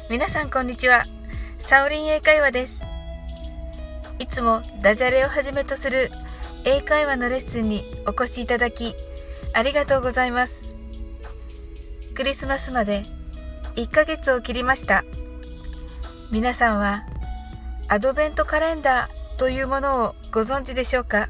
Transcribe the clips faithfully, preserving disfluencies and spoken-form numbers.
皆さんこんにちは。サオリン英会話です。いつもダジャレをはじめとする英会話のレッスンにお越しいただきありがとうございます。クリスマスまでいっかげつを切りました。皆さんはアドベントカレンダーというものをご存知でしょうか？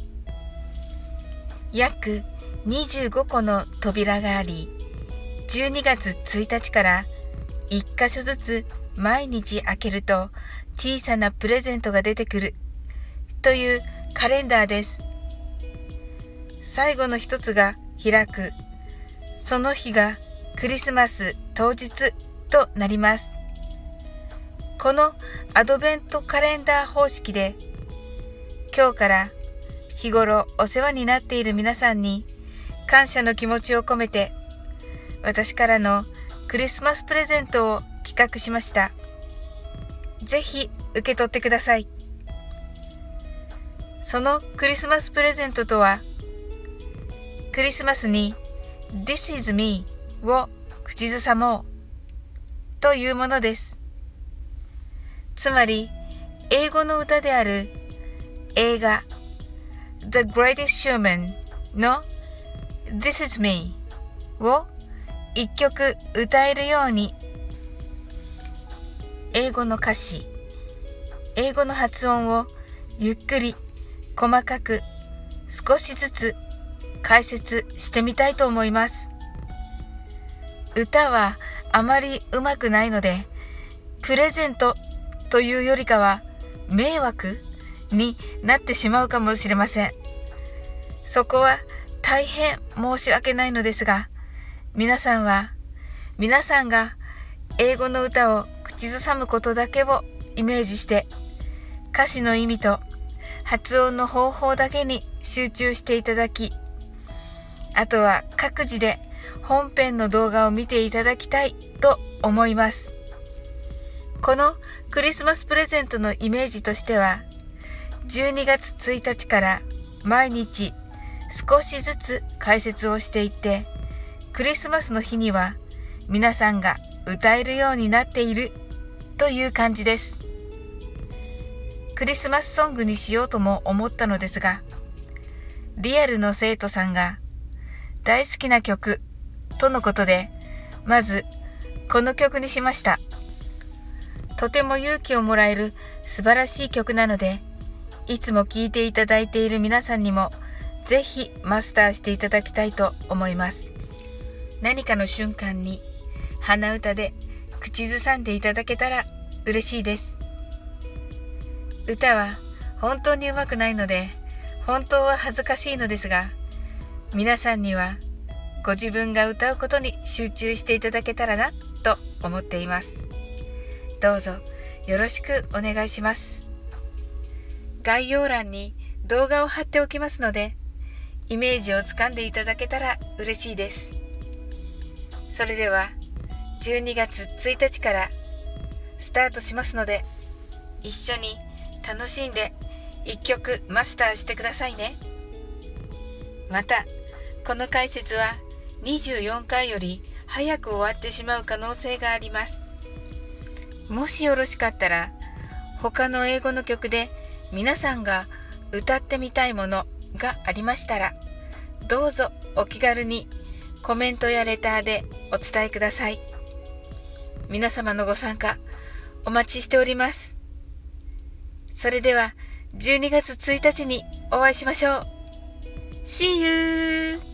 約にじゅうごこの扉があり、じゅうにがつついたちからいっかしょずつ毎日開けると小さなプレゼントが出てくるというカレンダーです。最後の一つが開く、その日がクリスマス当日となります。このアドベントカレンダー方式で、今日から日頃お世話になっている皆さんに感謝の気持ちを込めて、私からのクリスマスプレゼントを企画しました。ぜひ受け取ってください。そのクリスマスプレゼントとは、クリスマスに This is me を口ずさもうというものです。つまり、英語の歌である映画 The Greatest Showman の This is me を一曲歌えるように、英語の歌詞、英語の発音をゆっくり細かく少しずつ解説してみたいと思います。歌はあまり上手くないので、プレゼントというよりかは迷惑になってしまうかもしれません。そこは大変申し訳ないのですが、皆さんは皆さんが英語の歌を口ずさむことだけをイメージして、歌詞の意味と発音の方法だけに集中していただき、あとは各自で本編の動画を見ていただきたいと思います。このクリスマスプレゼントのイメージとしては、じゅうにがつついたちから毎日少しずつ解説をしていって、クリスマスの日には皆さんが歌えるようになっているという感じです。クリスマスソングにしようとも思ったのですが、リアルの生徒さんが大好きな曲とのことで、まずこの曲にしました。とても勇気をもらえる素晴らしい曲なので、いつも聴いていただいている皆さんにもぜひマスターしていただきたいと思います。何かの瞬間に鼻歌で口ずさんでいただけたら嬉しいです。歌は本当に上手くないので、本当は恥ずかしいのですが、皆さんにはご自分が歌うことに集中していただけたらなと思っています。どうぞよろしくお願いします。概要欄に動画を貼っておきますので、イメージをつかんでいただけたら嬉しいです。それではじゅうにがつついたちからスタートしますので、一緒に楽しんでいっきょくマスターしてくださいね。また、この解説はにじゅうよんかいより早く終わってしまう可能性があります。もしよろしかったら、他の英語の曲で皆さんが歌ってみたいものがありましたら、どうぞお気軽にコメントやレターでお伝えください。皆様のご参加お待ちしております。それではじゅうにがつついたちにお会いしましょう。See you!